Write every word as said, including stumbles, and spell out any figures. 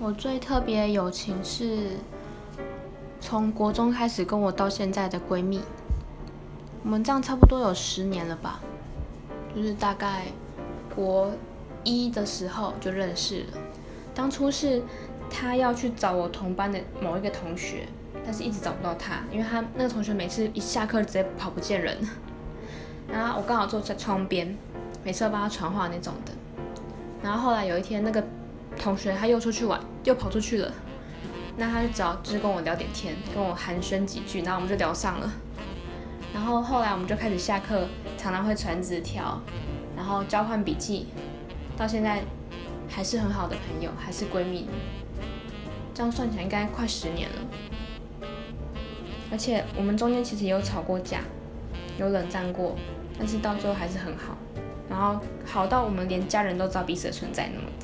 我最特别的友情是从国中开始跟我到现在的闺蜜，我们这样差不多有十年了吧，就是大概国一的时候就认识了。当初是她要去找我同班的某一个同学，但是一直找不到她，因为她那个同学每次一下课直接跑不见人，然后我刚好坐在窗边，每次都帮她传话那种的。然后后来有一天，那个同学他又出去玩，又跑出去了，那他就只好就是跟我聊点天，跟我寒暄几句，然后我们就聊上了。然后后来我们就开始下课常常会传纸条，然后交换笔记，到现在还是很好的朋友，还是闺蜜。这样算起来应该快十年了，而且我们中间其实也有吵过架，有冷战过，但是到最后还是很好，然后好到我们连家人都知道彼此的存在那么